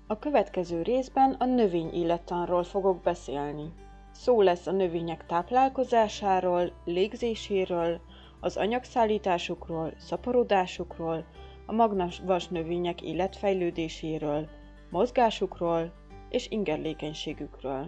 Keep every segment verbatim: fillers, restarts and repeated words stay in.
A következő részben a növényillattanról fogok beszélni. Szó lesz a növények táplálkozásáról, légzéséről, az anyagszállításukról, szaporodásukról, a magvas növények életfejlődéséről, mozgásukról és ingerlékenységükről.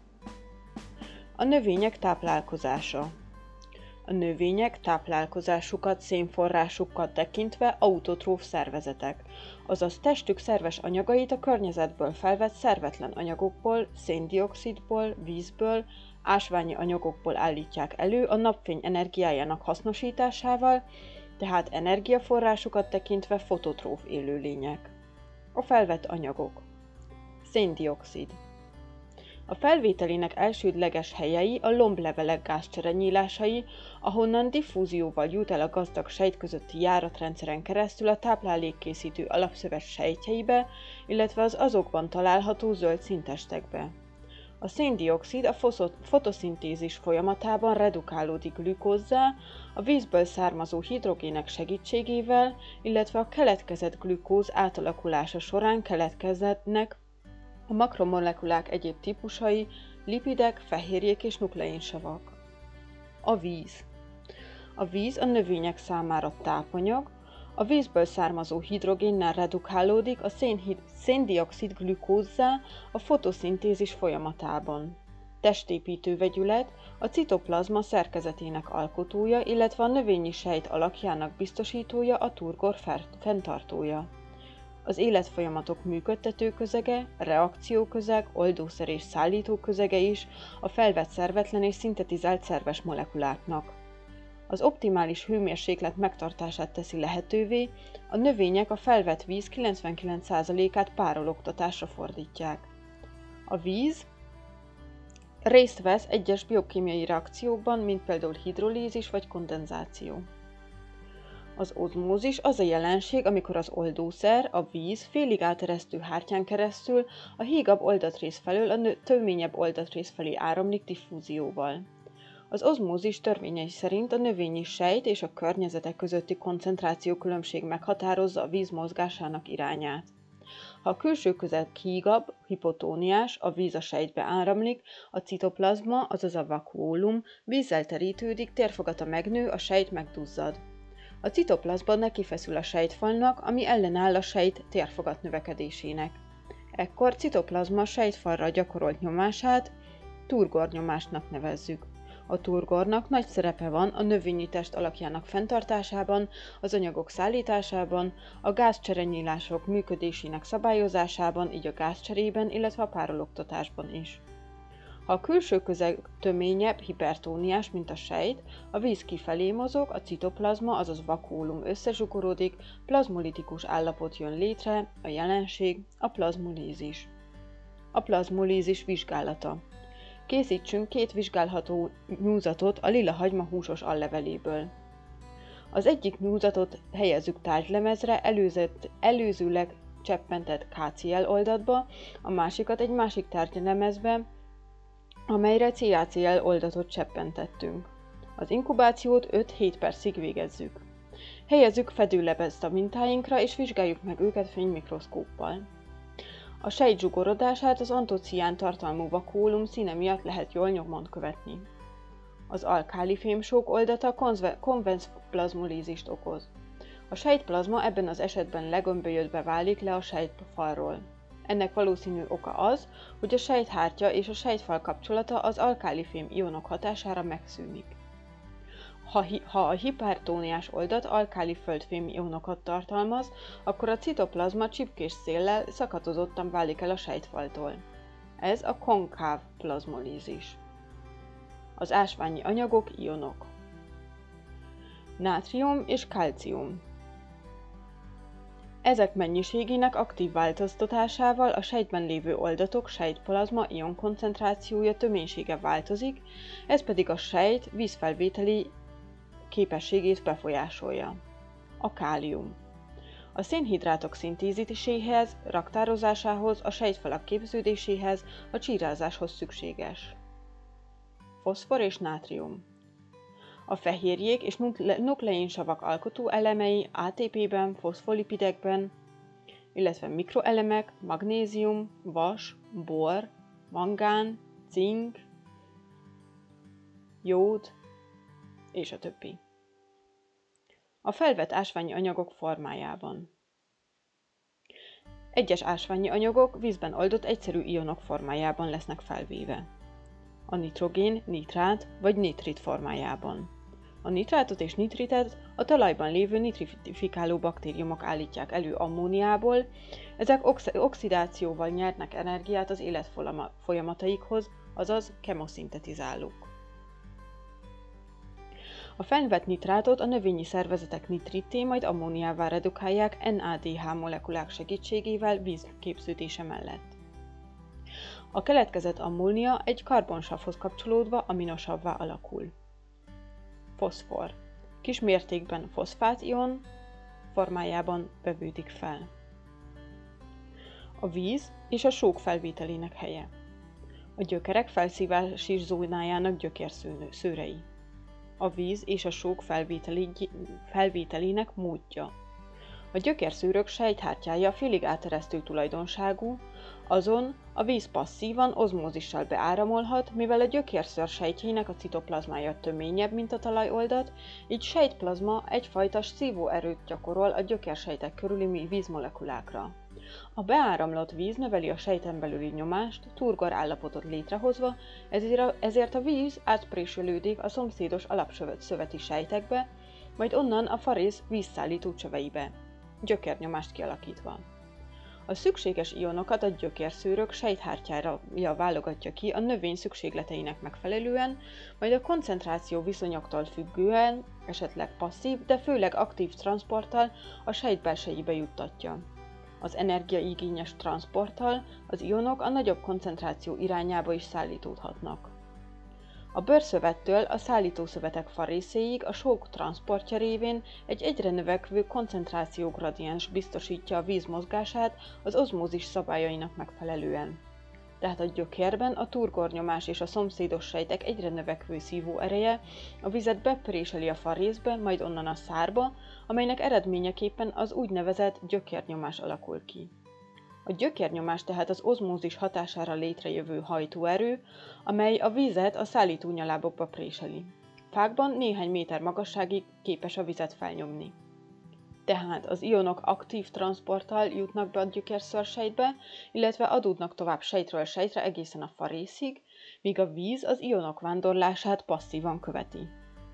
A növények táplálkozása. A növények táplálkozásukat szénforrásukkal tekintve autotróf szervezetek, azaz testük szerves anyagait a környezetből felvett szervetlen anyagokból, széndioxidból, vízből, ásványi anyagokból állítják elő a napfény energiájának hasznosításával, tehát energiaforrásukat tekintve fototróf élőlények. A felvett anyagok. Széndioxid. A felvételének elsődleges helyei a lomblevelek gázcserenyílásai, ahonnan diffúzióval jut el a gazdag sejt közötti járatrendszeren keresztül a táplálékkészítő alapszövet sejtjeibe, illetve az azokban található zöld színtestekbe. A széndioxid a fotoszintézis folyamatában redukálódik glükózzá, a vízből származó hidrogének segítségével, illetve a keletkezett glükóz átalakulása során keletkeznek a makromolekulák egyéb típusai, lipidek, fehérjék és nukleinsavak. A víz. A víz a növények számára tápanyag, a vízből származó hidrogénnel redukálódik a széndioxid glükózzá a fotoszintézis folyamatában. Testépítő vegyület, a citoplazma szerkezetének alkotója, illetve a növényi sejt alakjának biztosítója, a turgor fenntartója. Az életfolyamatok működtető közege, reakcióközeg, oldószer és szállító közege is a felvett szervetlen és szintetizált szerves molekuláknak. Az optimális hőmérséklet megtartását teszi lehetővé, a növények a felvett víz kilencvenkilenc százalékát párologtatásra fordítják. A víz részt vesz egyes biokémiai reakciókban, mint például hidrolízis vagy kondenzáció. Az ozmózis az a jelenség, amikor az oldószer, a víz félig áteresztő hártyán keresztül a hígabb oldatrész felől a töményebb oldatrész felé áramlik diffúzióval. Az ozmózis törvényei szerint a növényi sejt és a környezete közötti koncentrációkülönbség meghatározza a víz mozgásának irányát. Ha a külső közeg hígabb, hipotóniás, a víz a sejtbe áramlik, a citoplazma, azaz a vakuólum vízzel terítődik, térfogata megnő, a sejt megduzzad. A citoplazma nekifeszül a sejtfalnak, ami ellenáll a sejt térfogat növekedésének. Ekkor citoplazma sejtfalra gyakorolt nyomását turgornyomásnak nevezzük. A turgornak nagy szerepe van a növényi test alakjának fenntartásában, az anyagok szállításában, a gázcserenyílások működésének szabályozásában, így a gázcserében, illetve a párologtatásban is. Ha a külső közeg töményebb, hipertóniás, mint a sejt, a víz kifelé mozog, a citoplazma, azaz vakuólum összezsugorodik, plazmolitikus állapot jön létre, a jelenség a plazmolízis. A plazmolízis vizsgálata. Készítsünk két vizsgálható nyúzatot a lila hagyma húsos alleveléből. Az egyik nyúzatot helyezzük tárgylemezre előzött, előzőleg cseppentett ká cé el oldatba, a másikat egy másik tárgylemezbe, amelyre cé á cé el oldatot cseppentettünk. Az inkubációt öt-hét percig végezzük. Helyezzük fedőlemezt a mintáinkra és vizsgáljuk meg őket fénymikroszkóppal. A sejt zsugorodását az antocián tartalmú vakuólum színe miatt lehet jól nyomon követni. Az alkáli fémsók oldata konvex plazmolízist okoz. A sejtplazma ebben az esetben legömbölyödve válik le a sejtfalról. Ennek valószínű oka az, hogy a sejthártya és a sejtfal kapcsolata az alkálifém ionok hatására megszűnik. Ha, ha a hipertóniás oldat alkáli földfém ionokat tartalmaz, akkor a citoplazma csipkés széllel szakadozottan válik el a sejtfaltól. Ez a konkáv plazmolízis. Az ásványi anyagok, ionok. Nátrium és kalcium. Ezek mennyiségének aktív változtatásával a sejtben lévő oldatok sejtplazma ionkoncentrációja töménysége változik, ez pedig a sejt vízfelvételi képességét befolyásolja. A kálium. A szénhidrátok szintéziséhez, raktározásához, a sejtfalak képződéséhez, a csírázáshoz szükséges. Foszfor és nátrium. A fehérjék és nukleinsavak alkotó elemei á té pében, foszfolipidekben illetve mikroelemek, magnézium, vas, bor, mangán, cink, jód, és a többi. A felvett ásványi anyagok formájában. Egyes ásványi anyagok vízben oldott egyszerű ionok formájában lesznek felvéve. A nitrogén, nitrát vagy nitrit formájában. A nitrátot és nitritet a talajban lévő nitrifikáló baktériumok állítják elő ammóniából, ezek ox- oxidációval nyernek energiát az életfolyamataikhoz, azaz kemoszintetizálók. A felvett nitrátot a növényi szervezetek nitritté, majd ammóniává redukálják en á dé há molekulák segítségével víz képződése mellett. A keletkezett ammónia egy karbonsavhoz kapcsolódva aminosavvá alakul. Foszfor. Kis mértékben foszfátion formájában vevődik fel. A víz és a sók felvételének helye. A gyökerek felszívási zónájának gyökérszőrei. A víz és a sók felvételének módja. A gyökérszőrök sejthártyája félig áteresztő tulajdonságú, azon a víz passzívan ozmózissal beáramolhat, mivel a gyökérszőr sejtjének a citoplazmája töményebb, mint a talajoldat, így sejtplazma egyfajta szívóerőt gyakorol a gyökérsejtek körüli vízmolekulákra. A beáramlott víz növeli a sejten belüli nyomást, turgor állapotot létrehozva, ezért a víz átpréselődik a szomszédos alapszöveti sejtekbe, majd onnan a farész vízszállító csöveibe, gyökérnyomást kialakítva. A szükséges ionokat a gyökérszőrök sejthártyája válogatja ki a növény szükségleteinek megfelelően, majd a koncentráció viszonyoktól függően, esetleg passzív, de főleg aktív transzporttal a sejt belsejébe juttatja. Az energiaigényes transzporttal az ionok a nagyobb koncentráció irányába is szállítódhatnak. A bőrszövettől a szállítószövetek farészéig a sók transzportja révén egy egyre növekvő koncentráció gradiens biztosítja a víz mozgását az ozmózis szabályainak megfelelően. Tehát a gyökérben a turgornyomás és a szomszédos sejtek egyre növekvő szívó ereje a vizet bepréseli a farészbe, majd onnan a szárba, amelynek eredményeképpen az úgynevezett gyökérnyomás alakul ki. A gyökérnyomás tehát az ozmózis hatására létrejövő hajtóerő, amely a vizet a szállító nyalábokba préseli. Fákban néhány méter magasságig képes a vizet felnyomni. Tehát az ionok aktív transzporttal jutnak be a gyökérszőrsejtbe, illetve adódnak tovább sejtről sejtre egészen a farészig, míg a víz az ionok vándorlását passzívan követi.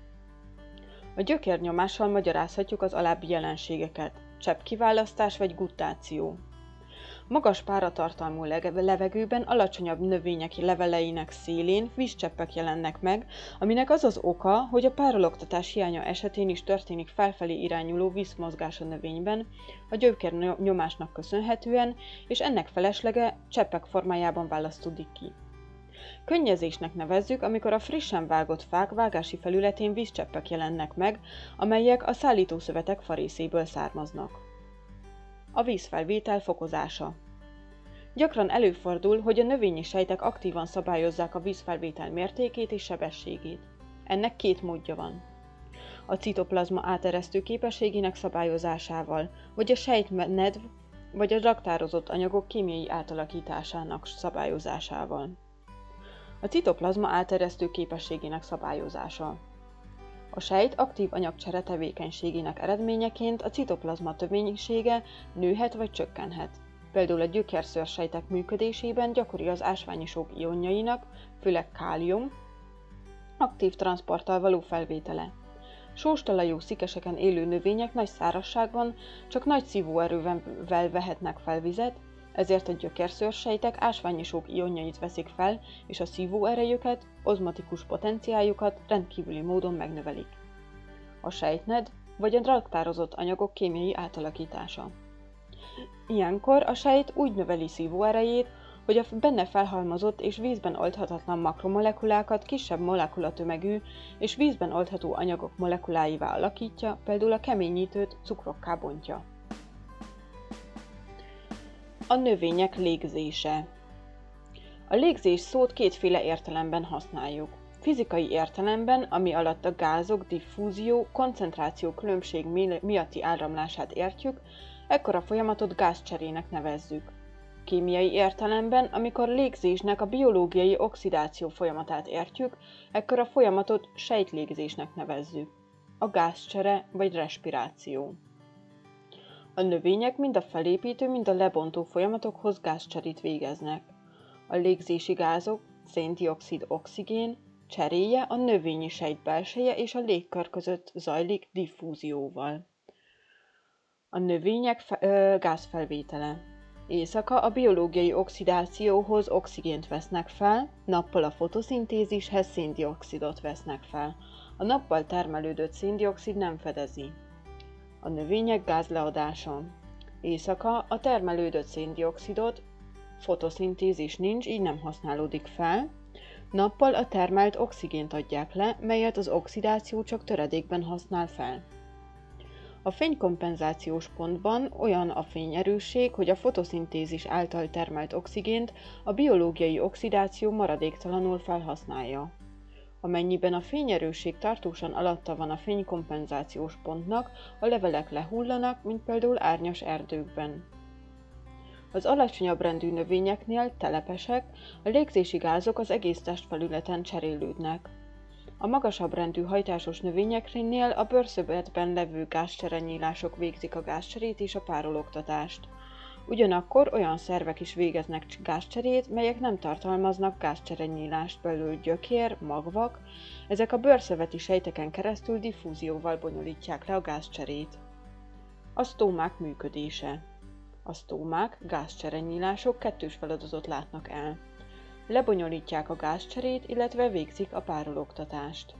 A gyökérnyomással magyarázhatjuk az alábbi jelenségeket: cseppkiválasztás vagy guttáció. Magas páratartalmú levegőben alacsonyabb növények leveleinek szélén vízcseppek jelennek meg, aminek az az oka, hogy a párologtatás hiánya esetén is történik felfelé irányuló vízmozgás a növényben, a gyökérnyomásnak köszönhetően, és ennek feleslege cseppek formájában választódik ki. Könnyezésnek nevezzük, amikor a frissen vágott fák vágási felületén vízcseppek jelennek meg, amelyek a szállítószövetek farészéből származnak. A vízfelvétel fokozása. Gyakran előfordul, hogy a növényi sejtek aktívan szabályozzák a vízfelvétel mértékét és sebességét. Ennek két módja van. A citoplazma áteresztő képességének szabályozásával, vagy a sejtnedv, vagy a raktározott anyagok kémiai átalakításának szabályozásával. A citoplazma áteresztő képességének szabályozása. A sejt aktív anyagcsere tevékenységének eredményeként a citoplazma töménysége nőhet vagy csökkenhet. Például a gyökérszőrsejtek működésében gyakori az ásványi sók ionjainak, főleg kálium, aktív transzporttal való felvétele. Sós talajú szikeseken élő növények nagy szárazságban csak nagy szívóerővel vehetnek fel vizet, ezért a gyökérszőrsejtek ásványi sók ionjait veszik fel, és a szívóerejüket, ozmotikus potenciáljukat rendkívüli módon megnövelik. A sejtned vagy a raktározott anyagok kémiai átalakítása. Ilyenkor a sejt úgy növeli szívóerejét, hogy a benne felhalmozott és vízben oldhatatlan makromolekulákat kisebb molekulatömegű és vízben oldható anyagok molekuláivá alakítja, például a keményítőt cukrokká bontja. A növények légzése. A légzés szót kétféle értelemben használjuk. Fizikai értelemben, ami alatt a gázok diffúzió, koncentráció különbség miatti áramlását értjük, Ekkora folyamatot gázcserének nevezzük. Kémiai értelemben, amikor légzésnek a biológiai oxidáció folyamatát értjük, ekkor a folyamatot sejtlégzésnek nevezzük. A gázcsere vagy respiráció. A növények mind a felépítő, mind a lebontó folyamatokhoz gázcserét végeznek. A légzési gázok, szén-dioxid, oxigén cseréje a növényi sejt belseje és a légkör között zajlik diffúzióval. A növények fe- ö, gázfelvétele. Éjszaka a biológiai oxidációhoz oxigént vesznek fel, nappal a fotoszintézishez szén-dioxidot vesznek fel. A nappal termelődött szén-dioxid nem fedezi. A növények gázleadása. Éjszaka a termelődött szén-dioxidot, fotoszintézis nincs, így nem használódik fel. Nappal a termelt oxigént adják le, melyet az oxidáció csak töredékben használ fel. A fénykompenzációs pontban olyan a fényerősség, hogy a fotoszintézis által termelt oxigént a biológiai oxidáció maradéktalanul felhasználja. Amennyiben a fényerősség tartósan alatta van a fénykompenzációs pontnak, a levelek lehullanak, mint például árnyas erdőkben. Az alacsonyabb rendű növényeknél, telepesek, a légzési gázok az egész testfelületen cserélődnek. A magasabb rendű hajtásos növényeknél a bőrszövetben levő gázcserenyílások végzik a gázcserét és a párologtatást. Ugyanakkor olyan szervek is végeznek gázcserét, melyek nem tartalmaznak gázcserenyílást, belül gyökér, magvak, ezek a bőrszöveti sejteken keresztül diffúzióval bonyolítják le a gázcserét. A sztómák működése. A sztómák, gázcserenyílások kettős feladatot látnak el. Lebonyolítják a gázcserét, illetve végzik a párologtatást.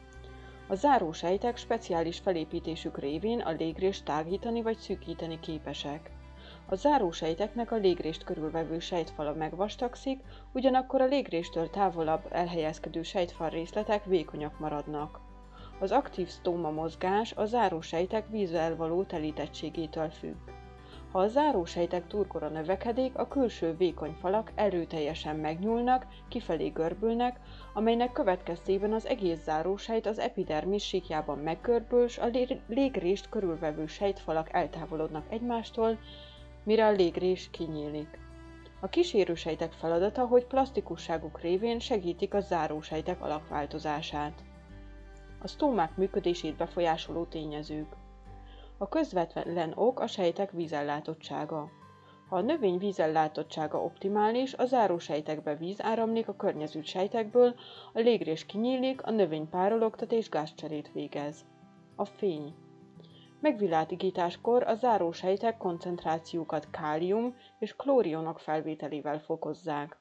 A zárósejtek speciális felépítésük révén a légrést tágítani vagy szűkíteni képesek. A zárósejteknek a légrést körülvevő sejtfala megvastagszik, ugyanakkor a légréstől távolabb elhelyezkedő sejtfal részletek vékonyak maradnak. Az aktív sztóma mozgás a zárósejtek vízzel való telítettségétől függ. Ha a zárósejtek turkora növekedik, a külső vékony falak erőteljesen megnyúlnak, kifelé görbülnek, amelynek következtében az egész zárósejt az epidermis síkjában meggörbül, s a légrést körülvevő sejtfalak eltávolodnak egymástól, mire a légrés kinyílik. A kísérősejtek feladata, hogy plasztikusságuk révén segítik a zárósejtek alakváltozását. A sztómák működését befolyásoló tényezők. A közvetlen ok a sejtek vízellátottsága. Ha a növény vízellátottsága optimális, a zárósejtekbe víz áramlik a környező sejtekből, a légrés kinyílik, a növény párologtat és gázcserét végez. A fény. Megvilágításkor a zárósejtek koncentrációkat kálium és klórionok felvételével fokozzák,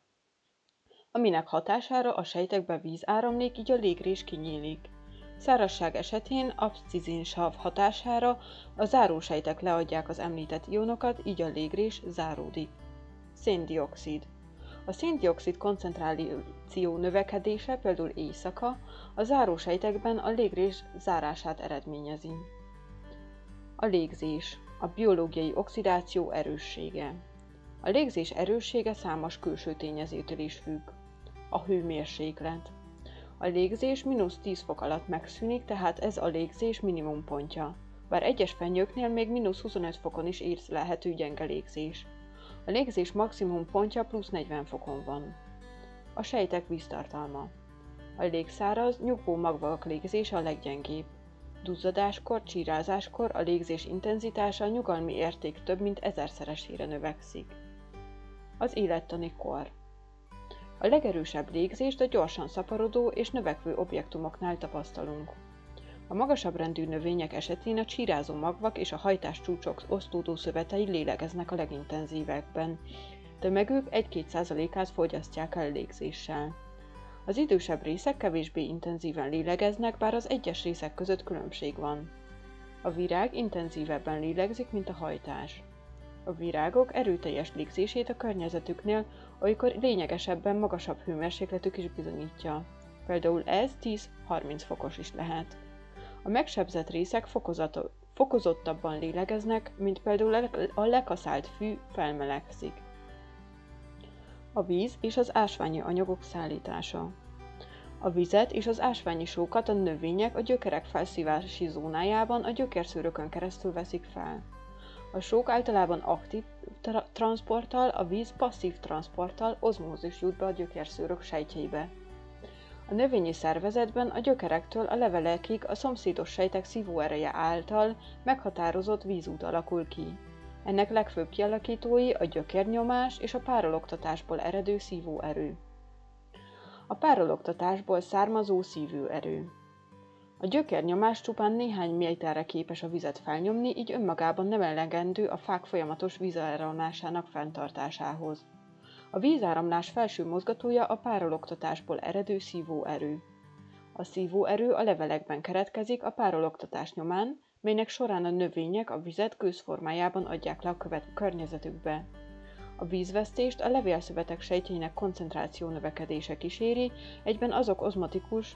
aminek hatására a sejtekbe víz áramlik, így a légrés kinyílik. Szárazság esetén abszizinsav hatására a zárósejtek leadják az említett ionokat, így a légrés záródik. Szén-dioxid. A szén-dioxid koncentráció növekedése, például éjszaka, a zárósejtekben a légrés zárását eredményezi. A légzés. A biológiai oxidáció erőssége. A légzés erőssége számos külső tényezőtől is függ. A hőmérséklet. A légzés mínusz tíz fok alatt megszűnik, tehát ez a légzés minimum pontja. Bár egyes fenyőknél még mínusz huszonöt fokon is észlelhető gyenge légzés. A légzés maximum pontja plusz negyven fokon van. A sejtek víztartalma. A légszáraz, nyugvó magvak légzése a leggyengébb. Duzzadáskor, csírázáskor a légzés intenzitása a nyugalmi érték több mint ezerszeresére növekszik. Az élettani kor. A legerősebb légzést a gyorsan szaporodó és növekvő objektumoknál tapasztalunk. A magasabb rendű növények esetén a csírázó magvak és a hajtáscsúcsok osztódó szövetei lélegeznek a legintenzívebben. Tömegük egy-két százalékát fogyasztják el légzéssel. Az idősebb részek kevésbé intenzíven lélegeznek, bár az egyes részek között különbség van. A virág intenzívebben lélegzik, mint a hajtás. A virágok erőteljes légzését a környezetüknél, olykor lényegesebben magasabb hőmérsékletük is bizonyítja. Például ez tíz-harminc fokos is lehet. A megsebzett részek fokozottabban lélegeznek, mint például a lekaszált fű felmelegszik. A víz és az ásványi anyagok szállítása. A vizet és az ásványi sókat a növények a gyökerek felszívási zónájában a gyökerszőrökön keresztül veszik fel. A sók általában aktív tra- transporttal, a víz passzív transporttal ozmózis jut be a gyökérszőrök sejtjeibe. A növényi szervezetben a gyökerektől a levelekig a szomszédos sejtek szívóereje által meghatározott vízút alakul ki. Ennek legfőbb kialakítói a gyökérnyomás és a párologtatásból eredő szívóerő. A párologtatásból származó szívóerő. A gyökérnyomás csupán néhány méterre képes a vizet felnyomni, így önmagában nem elegendő a fák folyamatos vízáramlásának fenntartásához. A vízáramlás felső mozgatója a párologtatásból eredő szívóerő. A szívóerő a levelekben keretkezik a párologtatás nyomán, melynek során a növények a vizet gőzformájában adják le a követ- környezetükbe. A vízvesztést a levélszövetek sejtjeinek koncentráció növekedése kíséri, egyben azok ozmotikus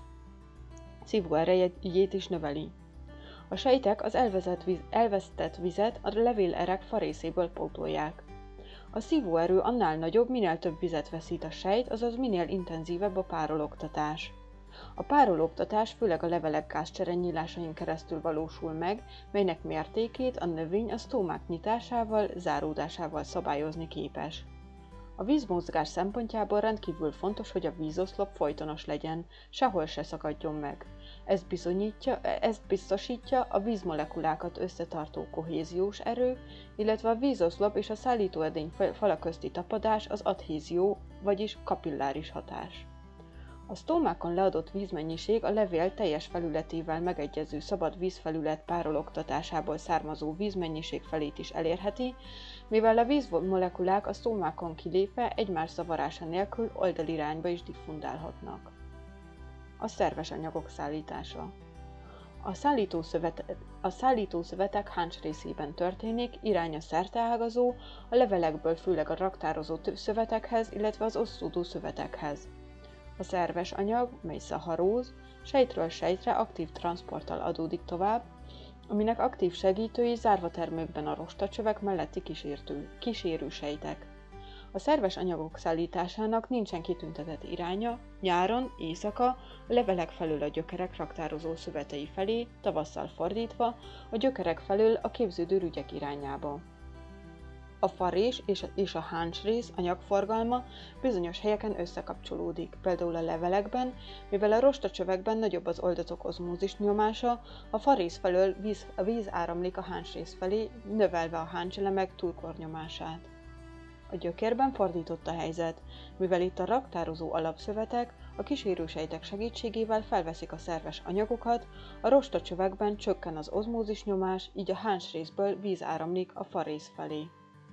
szívóerejét is növeli. A sejtek az elvezett víz, elvesztett vizet a levélerek farészéből pótolják. A szívóerő annál nagyobb, minél több vizet veszít a sejt, azaz minél intenzívebb a párologtatás. A párologtatás főleg a levelek gázcsere nyílásain keresztül valósul meg, melynek mértékét a növény a sztómák nyitásával, záródásával szabályozni képes. A vízmozgás szempontjából rendkívül fontos, hogy a vízoszlop folytonos legyen, sehol se szakadjon meg. Ez bizonyítja, ezt biztosítja a vízmolekulákat összetartó kohéziós erő, illetve a vízoszlop és a szállítóedény fala közti tapadás az adhézió, vagyis kapilláris hatás. A sztómákon leadott vízmennyiség a levél teljes felületével megegyező szabad vízfelület párologtatásából származó vízmennyiség felét is elérheti, mivel a vízmolekulák a sztómákon kilépve egymás zavarása nélkül oldalirányba is diffundálhatnak. A szerves anyagok szállítása. A, szállítószövet, a szállítószövetek háncs részében történik, iránya szerteágazó, a levelekből főleg a raktározó szövetekhez, illetve az osztódó szövetekhez. A szerves anyag, mely szaharóz, sejtről sejtre aktív transporttal adódik tovább, aminek aktív segítői zárvatermőkben a rostacsövek melletti kísértő, kísérő sejtek. A szerves anyagok szállításának nincsen kitüntetett iránya, nyáron, éjszaka, a levelek felől a gyökerek raktározó szövetei felé, tavasszal fordítva, a gyökerek felől a képződő rügyek irányába. A farés és a háncsrész anyagforgalma bizonyos helyeken összekapcsolódik, például a levelekben, mivel a rostacsövekben nagyobb az oldatok ozmózis nyomása, a farész felől víz, a víz áramlik a háncsrész felé, növelve a háncselemek túlkornyomását. A gyökérben fordított a helyzet, mivel itt a raktározó alapszövetek a kísérősejtek segítségével felveszik a szerves anyagokat, a rostacsövekben csökken az ozmózis nyomás, így a háncsrészből víz áramlik a farész felé.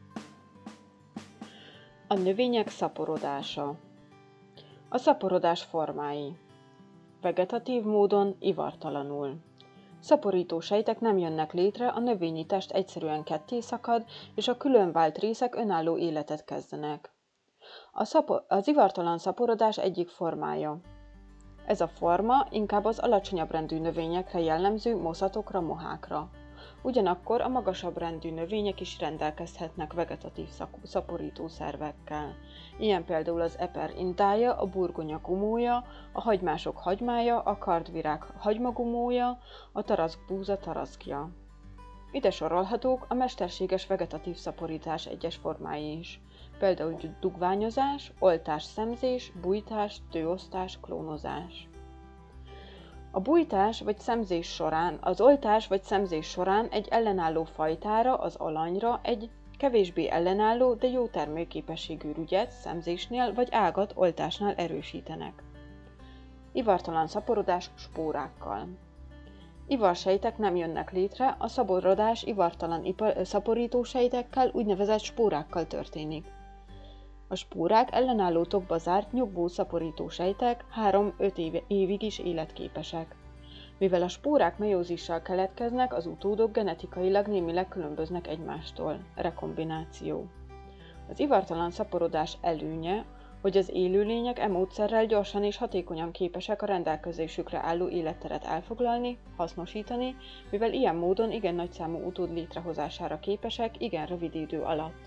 A növények szaporodása. A szaporodás formái. Vegetatív módon, ivartalanul. Szaporító sejtek nem jönnek létre, a növényi test egyszerűen ketté szakad, és a különvált részek önálló életet kezdenek. A szapor- az ivartalan szaporodás egyik formája. Ez a forma inkább az alacsonyabb rendű növényekre jellemző moszatokra, mohákra. Ugyanakkor a magasabb rendű növények is rendelkezhetnek vegetatív szaporító szervekkel. Ilyen például az eper intája, a burgonya gumója, a hagymások hagymája, a kardvirág hagymagumója, a taraszkbúza taraszkja. Ide sorolhatók a mesterséges vegetatív szaporítás egyes formái is, például dugványozás, oltás-szemzés, bújtás, tőosztás, klónozás. A bújtás vagy szemzés során, az oltás vagy szemzés során egy ellenálló fajtára, az alanyra egy kevésbé ellenálló, de jó termőképességű rügyet szemzésnél vagy ágat oltásnál erősítenek. Ivartalan szaporodás spórákkal. Ivarsejtek nem jönnek létre, a szaporodás ivartalan szaporító sejtekkel, úgynevezett spórákkal történik. A spórák ellenálló tokba zárt, nyugvó szaporító sejtek három-öt évig is életképesek. Mivel a spórák meiózissal keletkeznek, az utódok genetikailag némileg különböznek egymástól. Rekombináció. Az ivartalan szaporodás előnye, hogy az élőlények e módszerrel gyorsan és hatékonyan képesek a rendelkezésükre álló életteret elfoglalni, hasznosítani, mivel ilyen módon igen nagyszámú utód létrehozására képesek igen rövid idő alatt.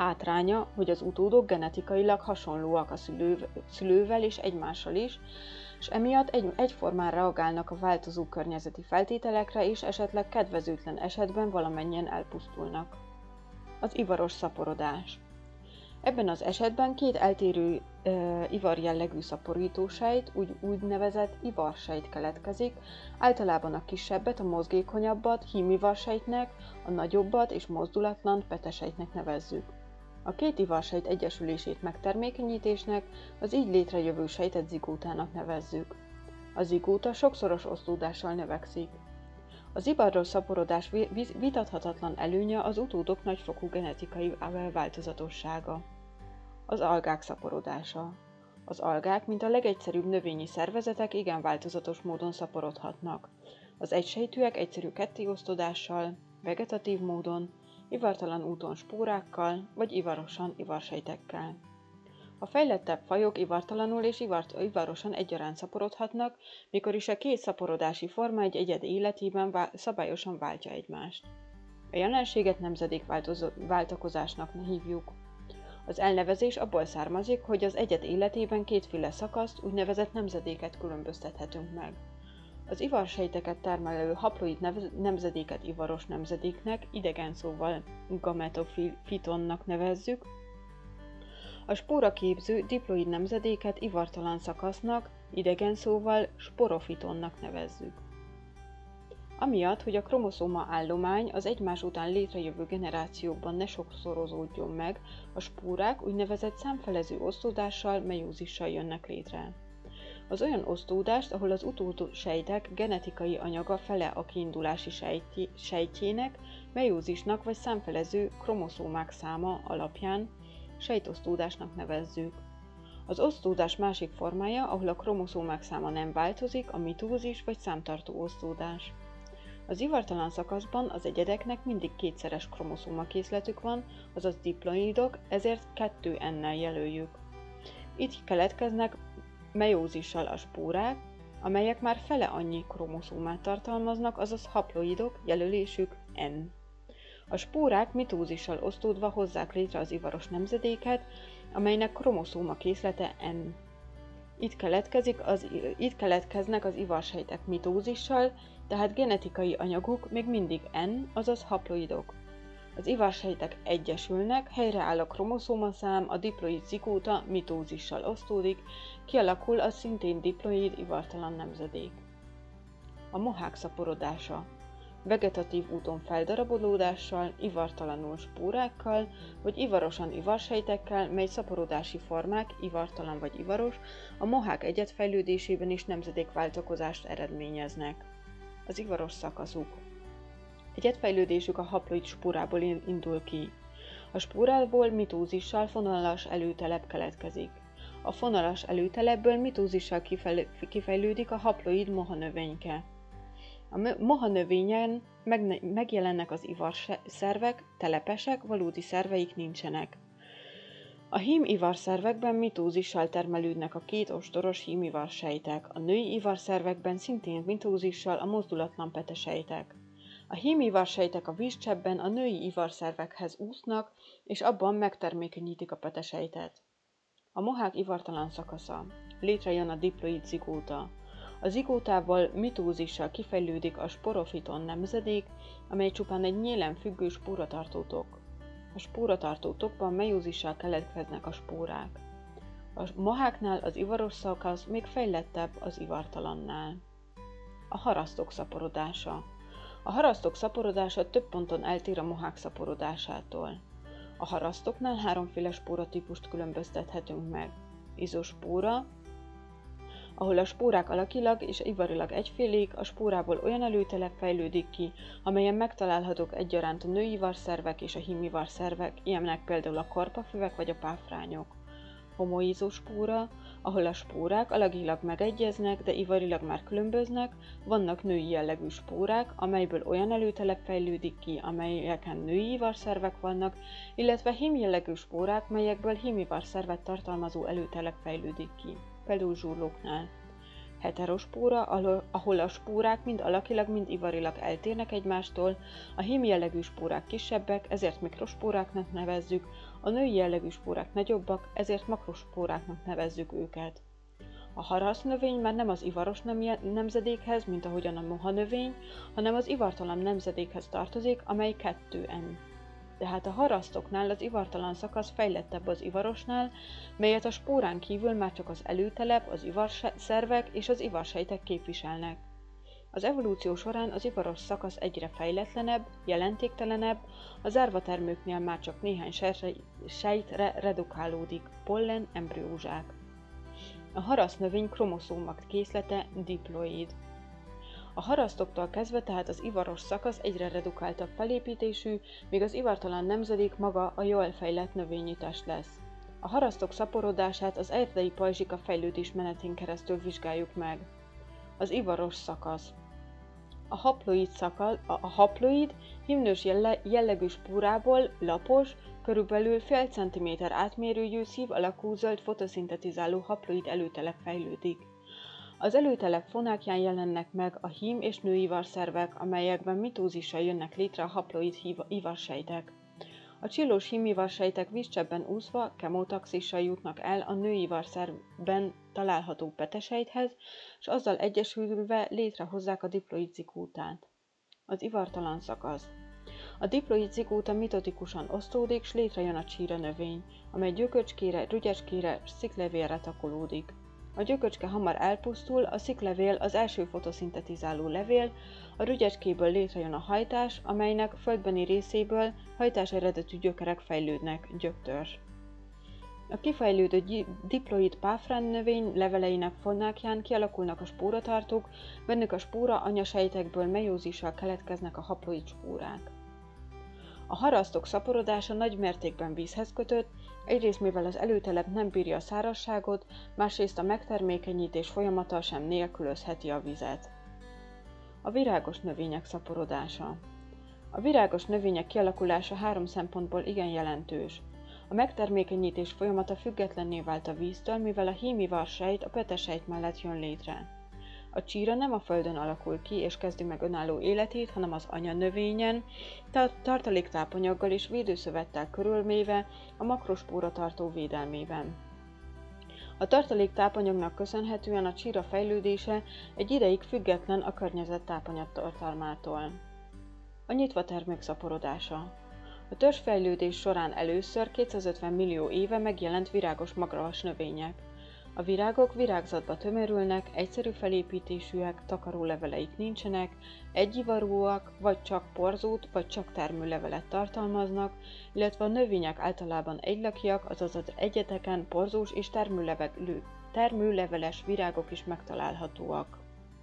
Hátránya, hogy az utódok genetikailag hasonlóak a szülő, szülővel és egymással is, és emiatt egy, egyformán reagálnak a változó környezeti feltételekre, és esetleg kedvezőtlen esetben valamennyien elpusztulnak. Az ivaros szaporodás. Ebben az esetben két eltérő e, ivar jellegű szaporítósejt, úgy úgynevezett ivarsejt keletkezik, általában a kisebbet, a mozgékonyabbat hímivarsejtnek, a nagyobbat és mozdulatlan petesejtnek nevezzük. A két ivarsejt egyesülését megtermékenyítésnek, az így létrejövő sejtet zigótának nevezzük. A zigóta sokszoros osztódással növekszik. Az ivaros szaporodás vitathatatlan előnye az utódok nagyfokú genetikai változatossága. Az algák szaporodása. Az algák, mint a legegyszerűbb növényi szervezetek, igen változatos módon szaporodhatnak. Az egysejtűek egyszerű kettéosztódással, vegetatív módon, ivartalan úton spórákkal, vagy ivarosan ivarsejtekkel. A fejlettebb fajok ivartalanul és ivart, ivarosan egyaránt szaporodhatnak, mikor is a két szaporodási forma egy egyed életében vá- szabályosan váltja egymást. A jelenséget nemzedékváltakozásnak hívjuk. Az elnevezés abból származik, hogy az egyed életében kétféle szakaszt, úgynevezett nemzedéket különböztethetünk meg. Az ivarsejteket termelő haploid nemzedéket ivaros nemzedéknek, idegen szóval gametofitonnak nevezzük, a spóraképző diploid nemzedéket ivartalan szakasznak, idegen szóval sporofitonnak nevezzük. Amiatt, hogy a kromoszóma állomány az egymás után létrejövő generációkban ne sokszorozódjon meg, a spórák úgynevezett számfelező osztódással, meiózissal jönnek létre. Az olyan osztódást, ahol az utódsejtek genetikai anyaga fele a kiindulási sejtjének, meiózisnak vagy számfelező kromoszómák száma alapján sejtosztódásnak nevezzük. Az osztódás másik formája, ahol a kromoszómák száma nem változik, a mitózis vagy számtartó osztódás. Az ivartalan szakaszban az egyedeknek mindig kétszeres kromoszómakészletük van, azaz diploidok, ezért kettő ennel jelöljük. Itt keletkeznek meiózissal a spórák, amelyek már fele annyi kromoszómát tartalmaznak, azaz haploidok, jelölésük N. A spórák mitózissal osztódva hozzák létre az ivaros nemzedéket, amelynek kromoszóma készlete N. Itt, keletkezik az, itt keletkeznek az ivarsejtek mitózissal, tehát genetikai anyaguk még mindig N, azaz haploidok. Az ivarsejtek egyesülnek, helyreáll a kromoszómaszám, a diploid zigóta mitózissal osztódik, kialakul a szintén diploid ivartalan nemzedék. A mohák szaporodása. Vegetatív úton feldarabolódással, ivartalanul spórákkal, vagy ivarosan ivarsejtekkel, mely szaporodási formák, ivartalan vagy ivaros, a mohák egyedfejlődésében is nemzedékváltakozást eredményeznek. Az ivaros szakaszuk. Egyedfejlődésük a haploid spórából indul ki. A spórából mitózissal fonalas előtelep keletkezik. A fonalas előtelepből mitózissal kifejlődik a haploid mohanövényke. A mohanövényen megjelennek az ivarszervek, telepesek, valódi szerveik nincsenek. A hímivarszervekben mitózissal termelődnek a két ostoros hímivarsejtek, a női ivarszervekben szintén mitózissal a mozdulatlan petesejtek. A hímivarsejtek a vízcseppben a női ivarszervekhez úsznak, és abban megtermékenyítik a petesejtet. A mohák ivartalan szakasza. Létrejön a diploid zigóta. A zigótával mitózissal kifejlődik a sporofiton nemzedék, amely csupán egy nyélen függő spóratartó tok. A spóratartó tokban meiózissal keletkeznek a spórák. A moháknál az ivaros szakasz még fejlettebb az ivartalannál. A harasztok szaporodása. A harasztok szaporodása több ponton eltér a mohák szaporodásától. A harasztoknál háromféle spóratípust különböztethetünk meg. Izospóra, ahol a spórák alakilag és ivarilag egyfélék, a spórából olyan előtelep fejlődik ki, amelyen megtalálhatók egyaránt a női ivarszervek és a hímivarszervek, ilyenek például a karpafüvek vagy a páfrányok. Homoizospóra, ahol a spórák alagilag megegyeznek, de ivarilag már különböznek, vannak női jellegű spórák, amelyből olyan előtelep fejlődik ki, amelyeken női ivarszervek vannak, illetve hímjellegű spórák, melyekből hímivarszervet tartalmazó előtelep fejlődik ki, például zsurlóknál. Heterospóra, ahol a spórák mind alakilag, mind ivarilag eltérnek egymástól, a hímjellegű spórák kisebbek, ezért mikrospóráknak nevezzük, a női jellegű spórák nagyobbak, ezért makrospóráknak nevezzük őket. A harasznövény már nem az ivaros nemzedékhez, mint ahogyan a mohanövény, hanem az ivartalan nemzedékhez tartozik, amely kettő en. Tehát a harasztoknál az ivartalan szakasz fejlettebb az ivarosnál, melyet a spórán kívül már csak az előtelep, az ivarszervek és az ivarsejtek képviselnek. Az evolúció során az ivaros szakasz egyre fejletlenebb, jelentéktelenebb, a zárvatermőknél már csak néhány sejtre redukálódik, pollen, embriózsák. A harasznövény kromoszómak készlete diploid. A harasztoktól kezdve tehát az ivaros szakasz egyre redukáltabb felépítésű, míg az ivartalan nemzedék maga a jól fejlett növényi test lesz. A harasztok szaporodását az erdei pajzsika fejlődés menetén keresztül vizsgáljuk meg. Az ivaros szakasz. A haploid, szakasz, a haploid himnős jelle, jellegű spórából lapos, körülbelül fél centiméter átmérőjű szív alakú zöld fotoszintetizáló haploid előtelep fejlődik. Az előtelep fonákján jelennek meg a hím és nőivarszervek, amelyekben mitózissal jönnek létre a haploid ivarsejtek. A csillós hímivarsejtek vízcsebben úszva kemotaxissal jutnak el a nőivarszerben található petesejthez, és azzal egyesülve létrehozzák a diploid zigótát. Az ivartalan szakasz. A diploid zigóta mitotikusan osztódik, s létrejön a csíra növény, amely gyököcskére, rügyecskére és sziklevélre takolódik. A gyököcske hamar elpusztul, a sziklevél az első fotoszintetizáló levél, a rügyecskéből létrejön a hajtás, amelynek földbeni részéből hajtás eredetű gyökerek fejlődnek, gyöktörzs. A kifejlődő diploid páfrán növény leveleinek fonákján kialakulnak a spóratartók, bennük a spóra anyasejtekből meiózissal keletkeznek a haploid spórák. A harasztok szaporodása nagy mértékben vízhez kötött, egyrészt mivel az előtelep nem bírja a szárazságot, másrészt a megtermékenyítés folyamata sem nélkülözheti a vizet. A virágos növények szaporodása. A virágos növények kialakulása három szempontból igen jelentős. A megtermékenyítés folyamata függetlenné vált a víztől, mivel a hímivarsejt a petesejt mellett jön létre. A csíra nem a földön alakul ki és kezdi meg önálló életét, hanem az anyanövényen, tartaléktápanyaggal és védőszövettel körülméve a makrospóra tartó védelmében. A tartaléktápanyagnak köszönhetően a csíra fejlődése egy ideig független a környezet tápanyagtartalmától. A nyitvatermők szaporodása. A törzsfejlődés során először kétszázötven millió éve megjelent virágos magras növények. A virágok virágzatba tömörülnek, egyszerű felépítésűek, takaró leveleik nincsenek, egyivarúak, vagy csak porzót, vagy csak termőlevelet tartalmaznak, illetve a növények általában egylakiak, azaz az egyeteken porzós és termőleveles virágok is megtalálhatóak.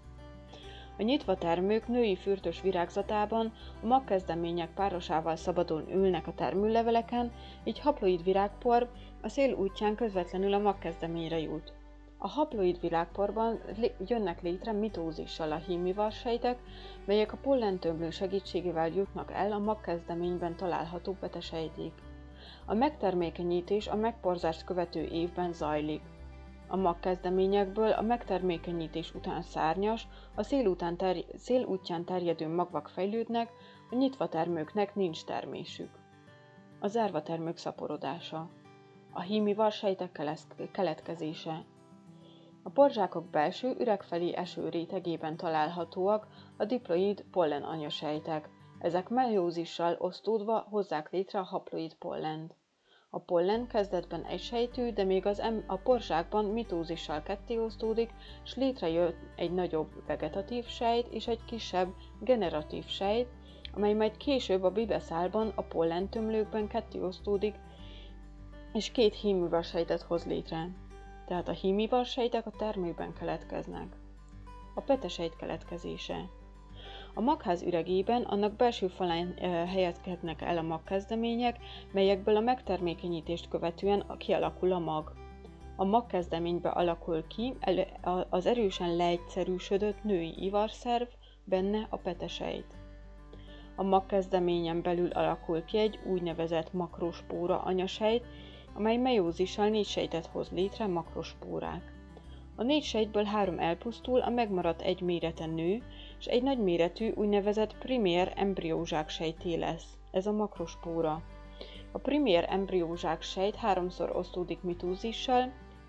A nyitva termők női fürtös virágzatában a magkezdemények párosával szabadon ülnek a termőleveleken, így haploid virágpor a szél útján közvetlenül a magkezdeményre jut. A haploid virágporban jönnek létre mitózissal a hímivarsejtek, melyek a pollentömlő segítségével jutnak el a magkezdeményben található petesejtig. A megtermékenyítés a megporzást követő évben zajlik. A magkezdeményekből a megtermékenyítés után szárnyas, a szél, után terj- szél útján terjedő magvak fejlődnek, a nyitvatermőknek nincs termésük. A zárvatermők szaporodása. A hímivarsejtek keletkezése. A porzsákok belső üregfelé eső rétegében találhatóak a diploid pollen anyasejtek. Ezek meiózissal osztódva hozzák létre a haploid pollent. A pollen kezdetben egysejtű, de még az em- a porzsákban mitózissal kettéosztódik, s létrejön egy nagyobb vegetatív sejt és egy kisebb generatív sejt, amely majd később a bibeszálban a pollentömlőkben kettéosztódik, és két hímivarsejtet hoz létre. Tehát a hímivarsejtek a termőben keletkeznek. A petesejt keletkezése. A magház üregében annak belső falán e, helyezkednek el a magkezdemények, melyekből a megtermékenyítést követően kialakul a mag. A magkezdeménybe alakul ki el, az erősen leegyszerűsödött női ivarszerv, benne a petesejt. A magkezdeményen belül alakul ki egy úgynevezett makrospóra anyasejt, amely meiózissal négy sejtet hoz létre, makrospórák. A négy sejtből három elpusztul, a megmaradt egy mérete nő, és egy nagyméretű úgynevezett primér embriózsák sejté lesz. Ez a makrospóra. A primér embriózsák sejt háromszor osztódik mitózissal,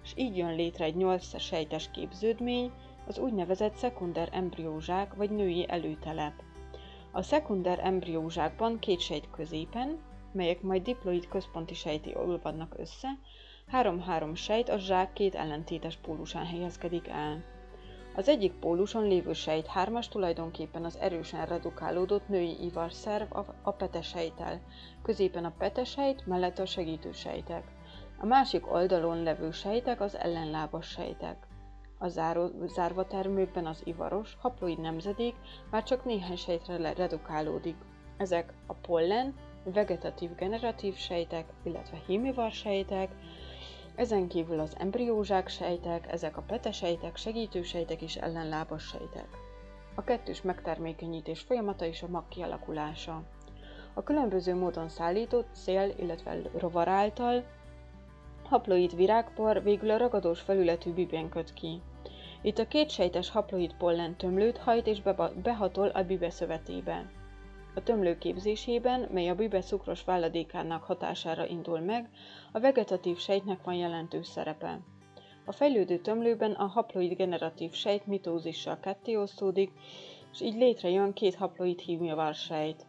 és így jön létre egy nyolc sejtes képződmény, az úgynevezett szekunder embriózsák vagy női előtelep. A szekunder embriózsákban két sejt középen, melyek majd diploid központi sejté olvadnak össze, három-három sejt a zsák két ellentétes pólusán helyezkedik el. Az egyik póluson lévő sejt hármas tulajdonképpen az erősen redukálódott női ivarszerv a petesejttel, középen a petesejt, mellette a segítősejtek. A másik oldalon levő sejtek az ellenlábas sejtek. A záró, zárvatermőkben az ivaros, haploid nemzedék már csak néhány sejtre redukálódik. Ezek a pollen, vegetatív-generatív sejtek, illetve hémivar sejtek, ezen kívül az embriózsák sejtek, ezek a petesejtek, segítősejtek és ellenlábas sejtek. A kettős megtermékenyítés folyamata és a mag kialakulása. A különböző módon szállított szél, illetve rovar által haploid virágpor végül a ragadós felületű bibén köt ki. Itt a kétsejtes haploid pollen tömlőt hajt és behatol a bibe szövetébe. A tömlő képzésében, mely a bibe szukros váladékának hatására indul meg, a vegetatív sejtnek van jelentős szerepe. A fejlődő tömlőben a haploid generatív sejt mitózissal kettéosztódik, és így létrejön két haploid hímjavar sejt.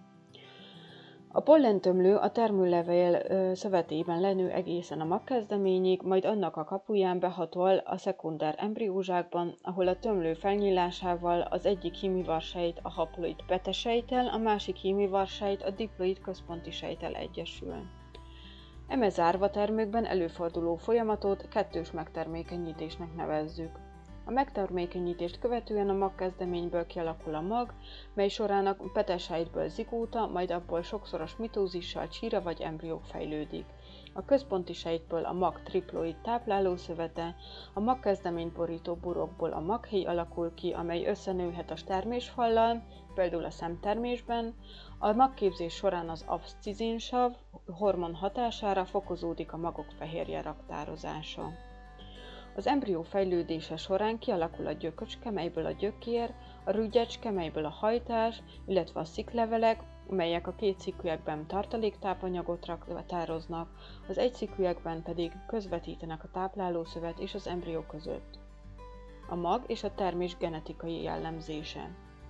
A pollentömlő a termőlevél szövetében lenő egészen a magkezdeményig, majd annak a kapuján behatol a szekunder embriózsákban, ahol a tömlő felnyílásával az egyik hímivarsejt a haploid petesejttel, a másik hímivarsejt a diploid központi sejttel egyesül. Eme zárvatermőkben előforduló folyamatot kettős megtermékenyítésnek nevezzük. A megtermékenyítést követően a magkezdeményből kialakul a mag, mely során a petesejtből zigóta, majd abból sokszoros mitózissal csíra vagy embrió fejlődik. A központi sejtből a mag triploid táplálószövete, a magkezdeményt borító burokból a maghéj alakul ki, amely összenőhet a termésfallal, például a szemtermésben. A magképzés során az abszcizinsav hormon hatására fokozódik a magok fehérje raktározása. Az embrió fejlődése során kialakul a gyököcske, melyből a gyökér, a rügyecske, melyből a hajtás, illetve a sziklevelek, melyek a két szikűekben tartaléktápanyagot raktároznak, az egyszikűekben pedig közvetítenek a táplálószövet és az embrió között. A mag és a termés genetikai jellemzése.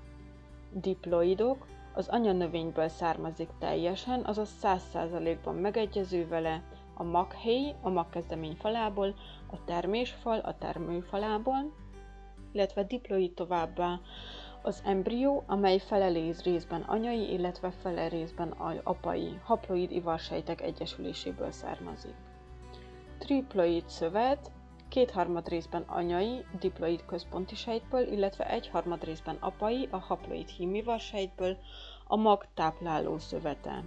Diploidok, az anyanövényből származik teljesen, azaz száz százalékban megegyező vele, a maghéj a magkezdemény falából, a termésfal a termőfalából, illetve diploid továbbá az embrió, amely fele részben anyai, illetve fele részben apai, haploid ivarsejtek egyesüléséből származik. Triploid szövet kétharmad részben anyai, diploid központi sejtből, illetve egyharmad részben apai, a haploid hímivarsejtből, a mag tápláló szövete.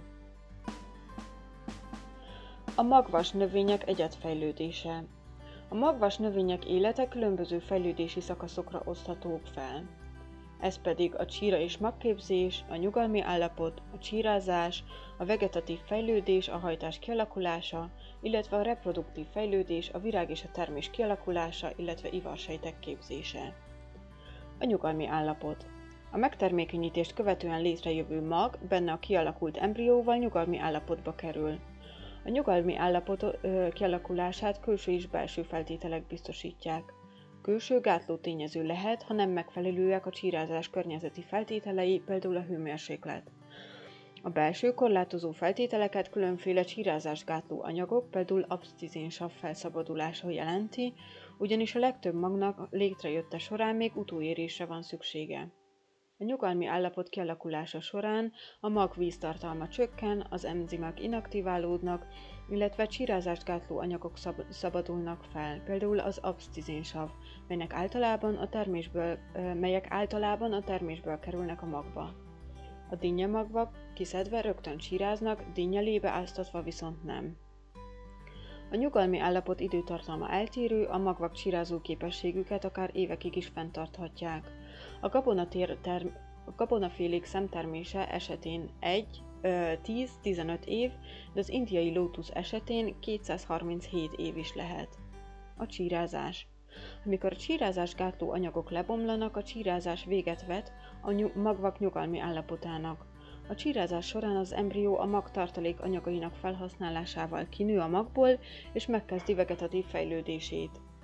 A magvas növények egyedfejlődése. A magvas növények élete különböző fejlődési szakaszokra oszthatók fel. Ez pedig a csíra és magképzés, a nyugalmi állapot, a csírázás, a vegetatív fejlődés, a hajtás kialakulása, illetve a reproduktív fejlődés, a virág és a termés kialakulása, illetve ivarsejtek képzése. A nyugalmi állapot. A megtermékenyítést követően létrejövő mag benne a kialakult embrióval nyugalmi állapotba kerül. A nyugalmi állapot ö, kialakulását külső és belső feltételek biztosítják. Külső gátló tényező lehet, ha nem megfelelőek a csírázás környezeti feltételei, például a hőmérséklet. A belső korlátozó feltételeket különféle csírázást gátló anyagok, például abszcizinsav felszabadulása jelenti, ugyanis a legtöbb magnak létrejötte során még utóérésre van szüksége. A nyugalmi állapot kialakulása során a mag víztartalma csökken, az enzimek inaktiválódnak, illetve csírázást gátló anyagok szab- szabadulnak fel, például az abszcizinsav, melynek általában a termésből, melyek általában a termésből kerülnek a magba. A dinnyemagvak kiszedve rögtön csíráznak, dinnyelébe áztatva viszont nem. A nyugalmi állapot időtartalma eltérő, a magvak csírázó képességüket akár évekig is fenntarthatják. A gabonatér term- a gabonafélék szemtermése esetén egy-tíz-tizenöt év, de az indiai lótusz esetén kétszázharminchét év is lehet. A csírázás. Amikor a csírázás gátló anyagok lebomlanak, a csírázás véget vet a ny- magvak nyugalmi állapotának. A csírázás során az embrió a mag tartalék anyagainak felhasználásával kinő a magból, és megkezdi vegetatív fejlődését.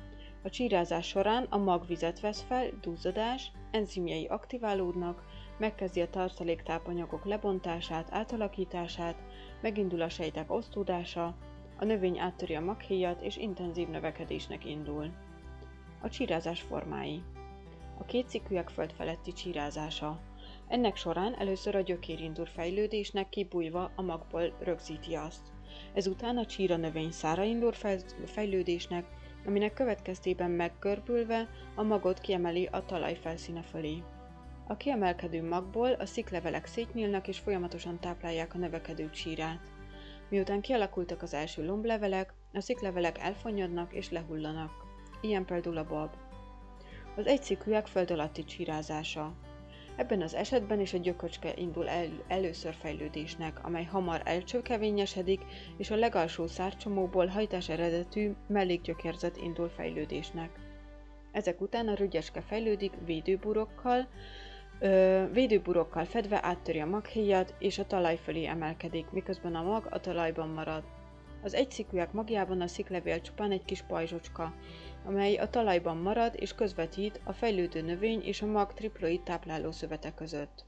A csírázás során a mag vizet vesz fel, duzzadás, enzimjei aktiválódnak, megkezdi a tartaléktápanyagok lebontását, átalakítását, megindul a sejtek osztódása, a növény áttöri a maghéjat és intenzív növekedésnek indul. A csírázás formái. A kétszikűek föld feletti csírázása. Ennek során először a gyökér indul fejlődésnek, kibújva a magból rögzíti azt. Ezután a csíra növény szára indul fejlődésnek, aminek következtében meggörbülve a magot kiemeli a talaj felszíne fölé. A kiemelkedő magból a sziklevelek szétnyílnak és folyamatosan táplálják a növekedő csírát. Miután kialakultak az első lomblevelek, a sziklevelek elfonnyadnak és lehullanak. Ilyen például a bab. Az egyszikűek föld alatti csírázása. Ebben az esetben is a gyököcske indul el, először fejlődésnek, amely hamar elcsökevényesedik, és a legalsó szárcsomóból hajtás eredetű mellékgyökérzet indul fejlődésnek. Ezek után a rügyeske fejlődik védőburokkal, ö, védőburokkal fedve áttöri a maghéjat, és a talaj fölé emelkedik, miközben a mag a talajban marad. Az egyszikűek magjában a sziklevél csupán egy kis pajzsocska, amely a talajban marad és közvetít a fejlődő növény és a mag triploid tápláló szövete között.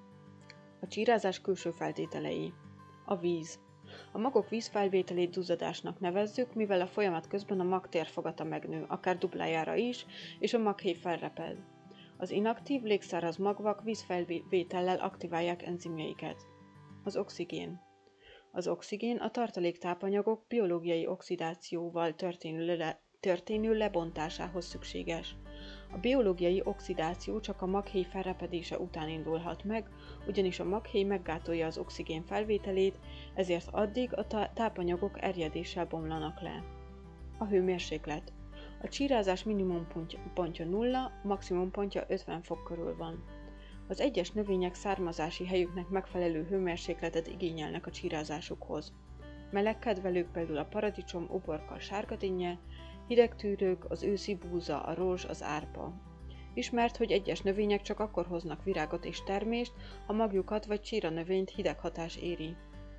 A csírázás külső feltételei. A víz. A magok vízfelvételét duzzadásnak nevezzük, mivel a folyamat közben a mag térfogata megnő, akár duplájára is, és a maghéj felreped. Az inaktív, légszáraz magvak vízfelvétellel aktiválják enzimjeiket. Az oxigén. Az oxigén a tartaléktápanyagok biológiai oxidációval történő, le, történő lebontásához szükséges. A biológiai oxidáció csak a maghéj felrepedése után indulhat meg, ugyanis a maghéj meggátolja az oxigén felvételét, ezért addig a tápanyagok erjedéssel bomlanak le. A hőmérséklet. A csírázás minimum pontja nulla, maximum pontja ötven fok körül van. Az egyes növények származási helyüknek megfelelő hőmérsékletet igényelnek a csírázásukhoz. Melegkedvelők például a paradicsom, uborka, sárgadinnye, hidegtűrők, az őszi búza, a rózs, az árpa. Ismert, hogy egyes növények csak akkor hoznak virágot és termést, ha magjukat vagy csíranövényt hideg hatás éri.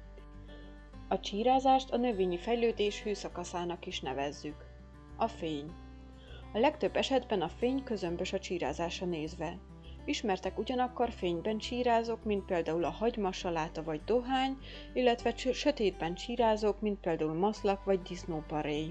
A csírázást a növényi fejlődés hőszakaszának is nevezzük. A fény. A legtöbb esetben a fény közömbös a csírázásra nézve. Ismertek ugyanakkor fényben csírázók, mint például a hagyma, saláta vagy dohány, illetve sötétben csírázók, mint például maszlak vagy disznóparéj.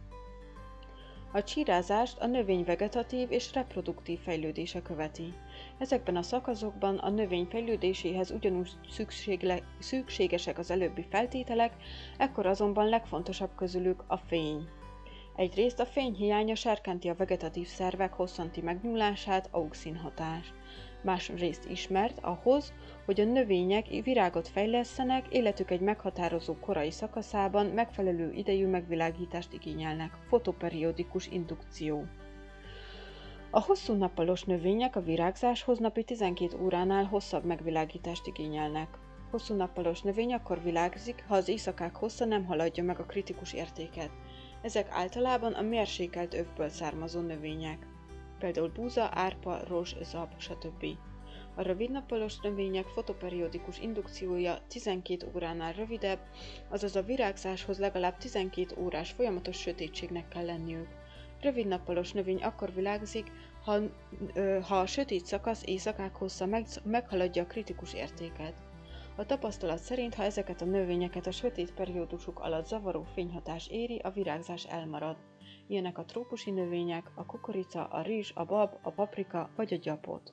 A csírázást a növény vegetatív és reproduktív fejlődése követi. Ezekben a szakaszokban a növény fejlődéséhez ugyanúgy szükségesek az előbbi feltételek, ekkor azonban legfontosabb közülük a fény. Egyrészt a fény hiánya serkenti a vegetatív szervek hosszanti megnyúlását, auxin hatás. Másrészt ismert ahhoz, hogy a növények virágot fejlesszenek, életük egy meghatározó korai szakaszában megfelelő idejű megvilágítást igényelnek, fotoperiodikus indukció. A hosszú nappalos növények a virágzáshoz napi tizenkét óránál hosszabb megvilágítást igényelnek. Hosszú nappalos növény akkor virágzik, ha az éjszakák hossza nem haladja meg a kritikus értéket. Ezek általában a mérsékelt övből származó növények, például búza, árpa, rozs, zab, stb. A rövidnappalos növények fotoperiodikus indukciója tizenkét óránál rövidebb, azaz a virágzáshoz legalább tizenkét órás folyamatos sötétségnek kell lenniük. Rövidnappalos növény akkor virágzik, ha, ö, ha a sötét szakasz éjszakák hossza meg, meghaladja a kritikus értéket. A tapasztalat szerint, ha ezeket a növényeket a sötét periódusuk alatt zavaró fényhatás éri, a virágzás elmarad. Ilyenek a trópusi növények, a kukorica, a rizs, a bab, a paprika vagy a gyapot.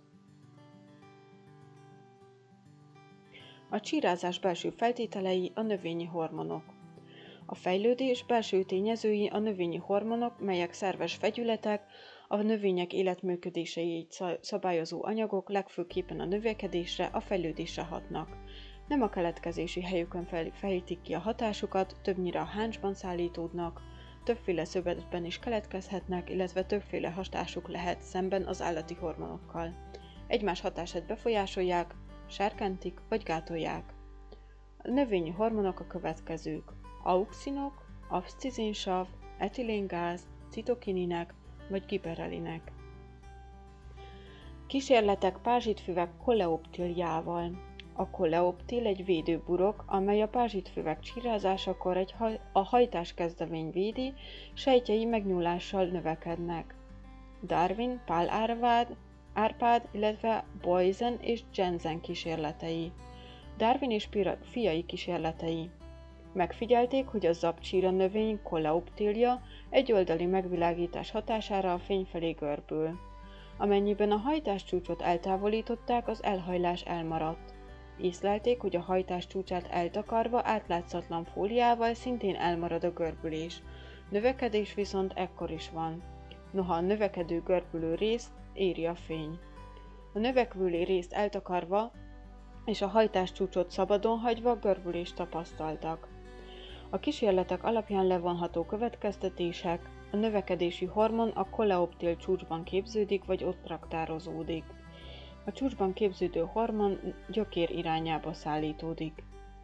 A csírázás belső feltételei a növényi hormonok. A fejlődés belső tényezői a növényi hormonok, melyek szerves vegyületek, a növények életműködéseit szabályozó anyagok legfőképpen a növekedésre, a fejlődésre hatnak. Nem a keletkezési helyükön fejtik ki a hatásukat, többnyire a háncsban szállítódnak, többféle szövetben is keletkezhetnek, illetve többféle hatásuk lehet szemben az állati hormonokkal. Egymás hatását befolyásolják, serkentik vagy gátolják. A növényi hormonok a következők: auxinok, abscizinsav, etiléngáz, citokininek vagy giberelinek. Kísérletek pázsitfüvek koleoptiljával. A koleoptil egy védőburok, amely a pázsitfüvek csírázásakor egy haj- a hajtás kezdemény védi, sejtjei megnyúlással növekednek. Darwin, Pál Árvád, Árpád, illetve Boysen és Jensen kísérletei. Darwin és pira- fiai kísérletei. Megfigyelték, hogy a zabcsíra növény koleoptilja egyoldali megvilágítás hatására a fény felé görbül. Amennyiben a hajtáscsúcsot eltávolították, az elhajlás elmaradt. Észlelték, hogy a hajtás csúcsát eltakarva átlátszatlan fóliával szintén elmarad a görbülés. Növekedés viszont ekkor is van. Noha a növekedő görbülő részt éri a fény. A növekvő részt eltakarva és a hajtás csúcsot szabadon hagyva görbülést tapasztaltak. A kísérletek alapján levonható következtetések: a növekedési hormon a koleoptil csúcsban képződik vagy ott raktározódik. A csúcsban képződő hormon gyökér irányába szállítódik.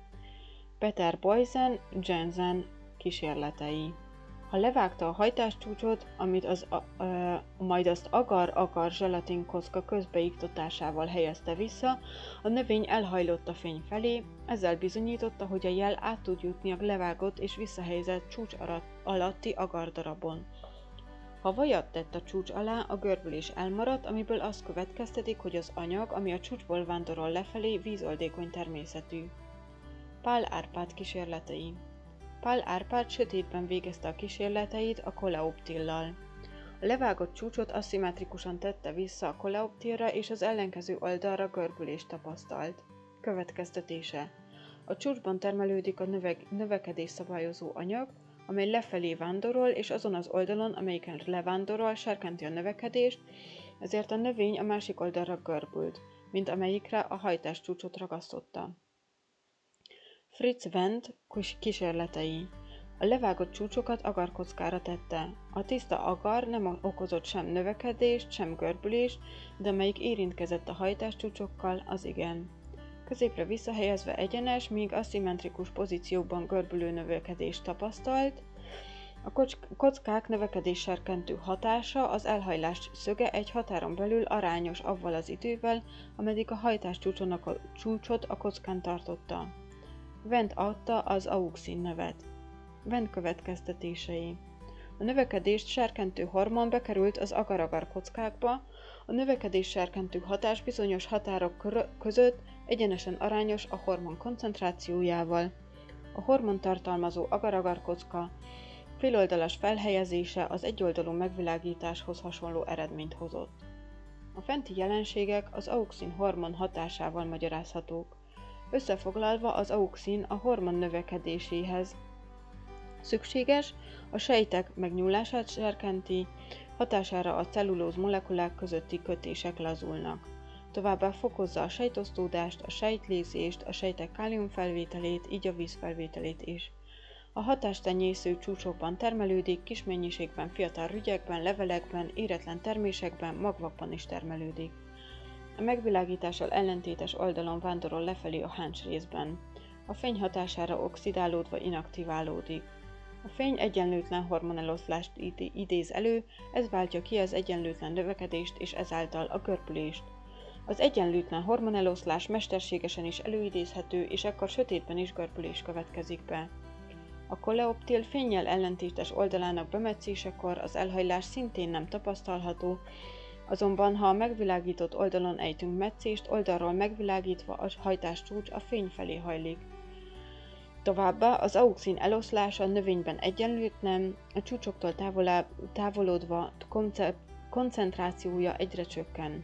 Peter Boysen, Jensen kísérletei. Ha levágta a hajtáscsúcsot, amit az, a, a, majd azt agar-agar zselatinkocka közbeiktatásával helyezte vissza, a növény elhajlott a fény felé, ezzel bizonyította, hogy a jel át tud jutni a levágott és visszahelyezett csúcs alatti agardarabon. Ha vajat tett a csúcs alá, a görbülés elmaradt, amiből az következtetik, hogy az anyag, ami a csúcsból vándorol lefelé, vízoldékony természetű. Pál Árpád kísérletei. Pál Árpád sötétben végezte a kísérleteit a koleoptillal. A levágott csúcsot aszimmetrikusan tette vissza a koleoptilra, és az ellenkező oldalra görbülést tapasztalt. Következtetése: a csúcsban termelődik a növe- növekedés szabályozó anyag, amely lefelé vándorol, és azon az oldalon, amelyiken levándorol, serkenti a növekedést, ezért a növény a másik oldalra görbült, mint amelyikre a hajtás csúcsot ragasztotta. Fritz Wendt kísérletei. A levágott csúcsokat agarkockára tette. A tiszta agar nem okozott sem növekedést, sem görbülést, de amelyik érintkezett a hajtáscsúcsokkal, az igen. Középre visszahelyezve egyenes, míg aszimmetrikus pozíciókban görbülő növekedést tapasztalt. A kockák növekedés serkentő hatása, az elhajlás szöge egy határon belül arányos avval az idővel, ameddig a hajtáscsúcsot a, csúcsot a kockán tartotta. Wendt adta az auxin nevet. Wendt következtetései. A növekedést serkentő hormon bekerült az agar-agar kockákba, a növekedés serkentő hatás bizonyos határok között egyenesen arányos a hormon koncentrációjával. A hormon tartalmazó agar-agar kocka féloldalas felhelyezése az egyoldalú megvilágításhoz hasonló eredményt hozott. A fenti jelenségek az auxin hormon hatásával magyarázhatók. Összefoglalva, az auxin a hormon növekedéséhez szükséges, a sejtek megnyúlását serkenti, hatására a cellulóz molekulák közötti kötések lazulnak. Továbbá fokozza a sejtosztódást, a sejtlégzést, a sejtek káliumfelvételét, így a vízfelvételét is. A hatástenyésző csúcsokban termelődik, kis mennyiségben fiatal rügyekben, levelekben, éretlen termésekben, magvakban is termelődik. A megvilágítással ellentétes oldalon vándorol lefelé a háncsrészben. A fény hatására oxidálódva inaktiválódik. A fény egyenlőtlen hormoneloszlást idéz elő, ez váltja ki az egyenlőtlen növekedést és ezáltal a görbülést. Az egyenlőtlen hormoneloszlás mesterségesen is előidézhető, és ekkor sötétben is görbülés következik be. A koleoptil fénnyel ellentétes oldalának bemetszésekor az elhajlás szintén nem tapasztalható, azonban ha a megvilágított oldalon ejtünk metszést, oldalról megvilágítva a hajtáscsúcs a fény felé hajlik. Továbbá az auxin eloszlása a növényben egyenlőtlen, a csúcsoktól távolább, távolodva koncentrációja egyre csökken.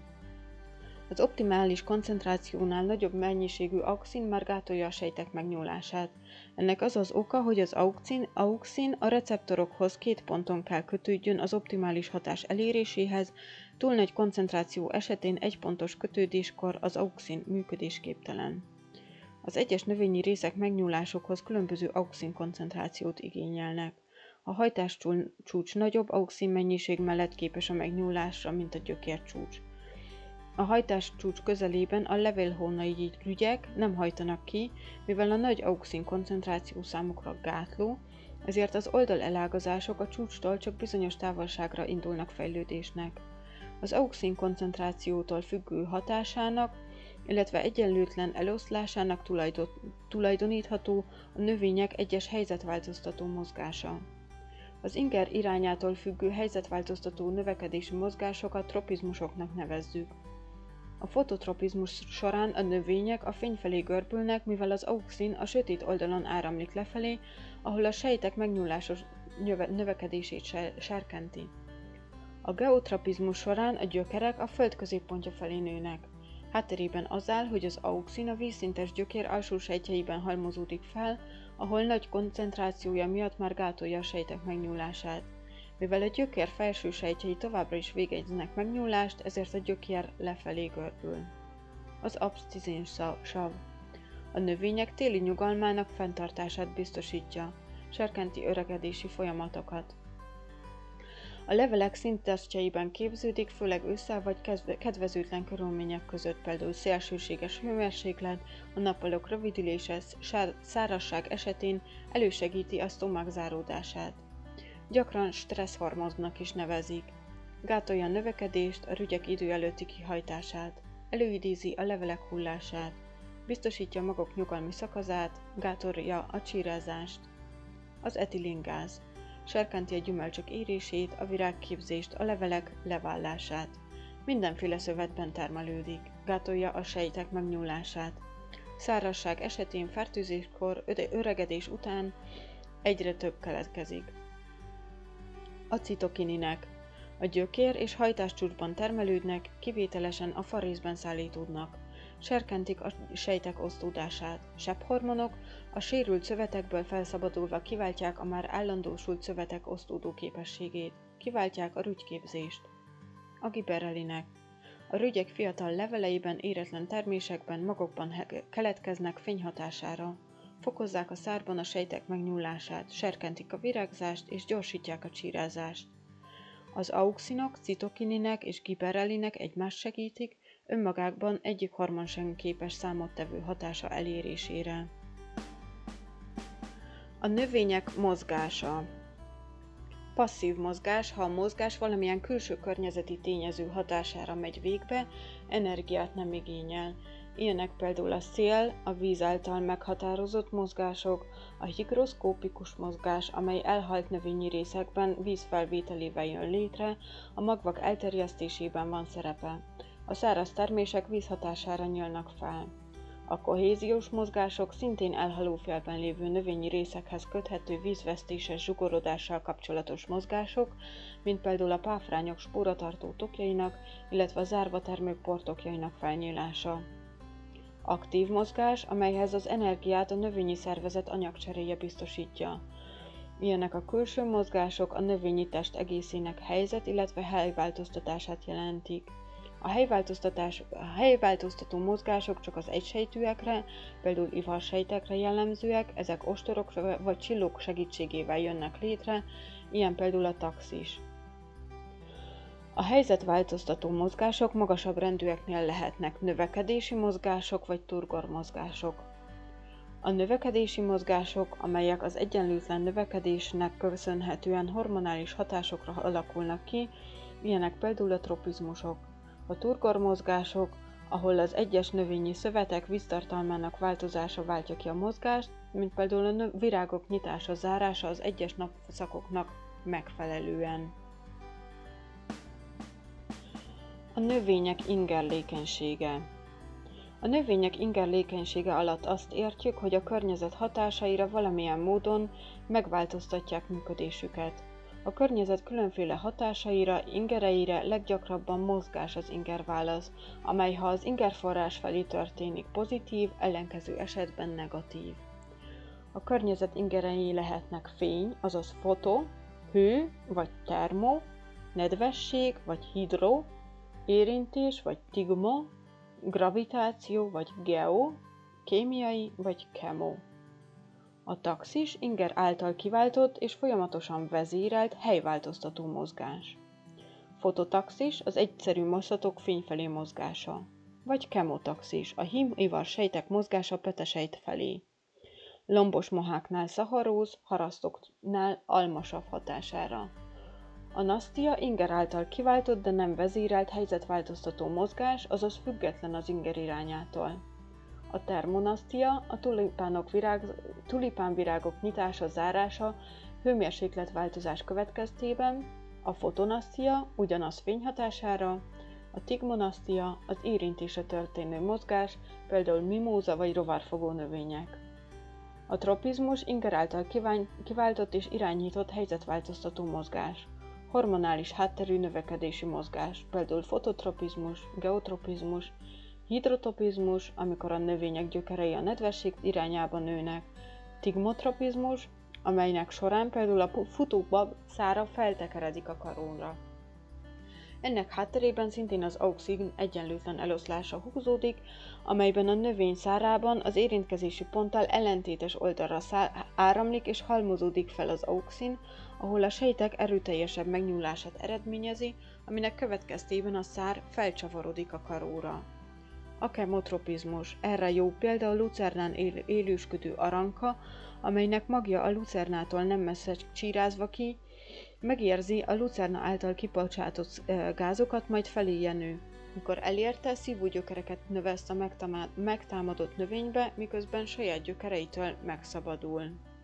Az optimális koncentrációnál nagyobb mennyiségű auxin már gátolja a sejtek megnyúlását. Ennek az az oka, hogy az auxin, auxin a receptorokhoz két ponton kell kötődjön az optimális hatás eléréséhez, túl nagy koncentráció esetén egy pontos kötődéskor az auxin működésképtelen. Az egyes növényi részek megnyúlásokhoz különböző auxin koncentrációt igényelnek. A hajtáscsúcs nagyobb auxin mennyiség mellett képes a megnyúlásra, mint a gyökércsúcs. A hajtáscsúcs közelében a levélhónai rügyek nem hajtanak ki, mivel a nagy auxin koncentráció számukra gátló, ezért az oldal elágazások a csúcstól csak bizonyos távolságra indulnak fejlődésnek. Az auxin koncentrációtól függő hatásának illetve egyenlőtlen eloszlásának tulajdonítható a növények egyes helyzetváltoztató mozgása. Az inger irányától függő helyzetváltoztató növekedési mozgásokat tropizmusoknak nevezzük. A fototropizmus során a növények a fény felé görbülnek, mivel az auxin a sötét oldalon áramlik lefelé, ahol a sejtek megnyúlásos növekedését serkenti. A geotropizmus során a gyökerek a föld középpontja felé nőnek. Hátterében az áll, hogy az auxin a vízszintes gyökér alsó sejtjeiben halmozódik fel, ahol nagy koncentrációja miatt már gátolja a sejtek megnyúlását. Mivel a gyökér felső sejtjei továbbra is végeznek megnyúlást, ezért a gyökér lefelé görbül. Az abszcizén sav. A növények téli nyugalmának fenntartását biztosítja, serkenti öregedési folyamatokat. A levelek színtesztjeiben képződik, főleg ősszel vagy kedvezőtlen körülmények között, például szélsőséges hőmérséklet, a nappalok rövidülése, szárazság esetén elősegíti a sztomák záródását. Gyakran stresszhormonnak is nevezik. Gátolja a növekedést, a rügyek idő előtti kihajtását, előidézi a levelek hullását, biztosítja magok nyugalmi szakaszát, gátolja a csírázást. Az etilingáz. Serkenti a gyümölcsök érését, a virágképzést, a levelek levállását. Mindenféle szövetben termelődik, gátolja a sejtek megnyúlását. Szárazság esetén fertőzéskor, öregedés után egyre több keletkezik. A citokininek. A gyökér és hajtáscsúcsban termelődnek, kivételesen a farészben szállítódnak. Serkentik a sejtek osztódását. Sebhormonok a sérült szövetekből felszabadulva kiváltják a már állandósult szövetek osztódó képességét, kiváltják a rügyképzést. A giberelinek. A rügyek fiatal leveleiben, éretlen termésekben, magokban keletkeznek fényhatására. Fokozzák a szárban a sejtek megnyúlását, serkentik a virágzást és gyorsítják a csírázást. Az auxinok, citokininek és giberelinek egymást segítik, önmagákban egyik hormon sem képes számottevő hatása elérésére. A növények mozgása. Passzív mozgás, ha a mozgás valamilyen külső környezeti tényező hatására megy végbe, energiát nem igényel. Ilyenek például a szél, a víz által meghatározott mozgások, a higroszkópikus mozgás, amely elhalt növényi részekben víz felvételével jön létre, a magvak elterjesztésében van szerepe. A száraz termések víz hatására nyílnak fel. A kohéziós mozgások szintén elhaló félben lévő növényi részekhez köthető vízvesztéses zsugorodással kapcsolatos mozgások, mint például a páfrányok spóratartó tokjainak, illetve a zárvatermők portokjainak felnyílása. Aktív mozgás, amelyhez az energiát a növényi szervezet anyagcseréje biztosítja. Ilyenek a külső mozgások a növényi test egészének helyzet, illetve helyváltoztatását jelentik. A helyváltoztatás, a helyváltoztató mozgások csak az egysejtűekre, például ivarsejtekre jellemzőek, ezek ostorok vagy csillók segítségével jönnek létre, ilyen például a taxis. A helyzetváltoztató mozgások magasabb rendűeknél lehetnek növekedési mozgások vagy turgormozgások. A növekedési mozgások, amelyek az egyenlőtlen növekedésnek köszönhetően hormonális hatásokra alakulnak ki, ilyenek például a tropizmusok. A turgormozgások, ahol az egyes növényi szövetek víztartalmának változása váltja ki a mozgást, mint például a virágok nyitása, zárása az egyes napszakoknak megfelelően. A növények ingerlékenysége. A növények ingerlékenysége alatt azt értjük, hogy a környezet hatásaira valamilyen módon megváltoztatják működésüket. A környezet különféle hatásaira, ingereire leggyakrabban mozgás az ingerválasz, amely ha az ingerforrás felé történik pozitív, ellenkező esetben negatív. A környezet ingerei lehetnek fény, azaz foto, hő vagy termo, nedvesség vagy hidro, érintés vagy tigmo, gravitáció vagy geo, kémiai vagy kemo. A taxis inger által kiváltott és folyamatosan vezérelt helyváltoztató mozgás. Fototaxis az egyszerű maszlatok fényfelé mozgása, vagy kemotaxis a hím-ivar sejtek mozgása petesejt felé. Lombos moháknál szaharóz, harasztoknál almasav hatására. A nasztia inger által kiváltott, de nem vezérelt helyzetváltoztató mozgás, azaz független az inger irányától. A termonasztia a tulipánok virág, tulipánvirágok nyitása, zárása hőmérsékletváltozás következtében, a fotonasztia ugyanaz fényhatására, a tigmonasztia az érintésre történő mozgás, például mimóza vagy rovarfogó növények. A tropizmus inger által kiváltott és irányított helyzetváltoztató mozgás, hormonális hátterű növekedési mozgás, például fototropizmus, geotropizmus, hidrotropizmus, amikor a növények gyökerei a nedvesség irányába nőnek, tigmotropizmus, amelynek során például a futóbab szára feltekeredik a karóra. Ennek hátterében szintén az auxin egyenlőtlen eloszlása húzódik, amelyben a növény szárában az érintkezési ponttal ellentétes oldalra áramlik és halmozódik fel az auxin, ahol a sejtek erőteljesebb megnyúlását eredményezi, aminek következtében a szár felcsavarodik a karóra. A kemotropizmus. Erre jó példa a lucernán él, élősködő aranka, amelynek magja a lucernától nem messze csírázva ki, megérzi a lucerna által kibocsátott gázokat, majd feléje nő. Mikor elérte, szívógyökereket növeszt a megtámadott növénybe, miközben saját gyökereitől megszabadul.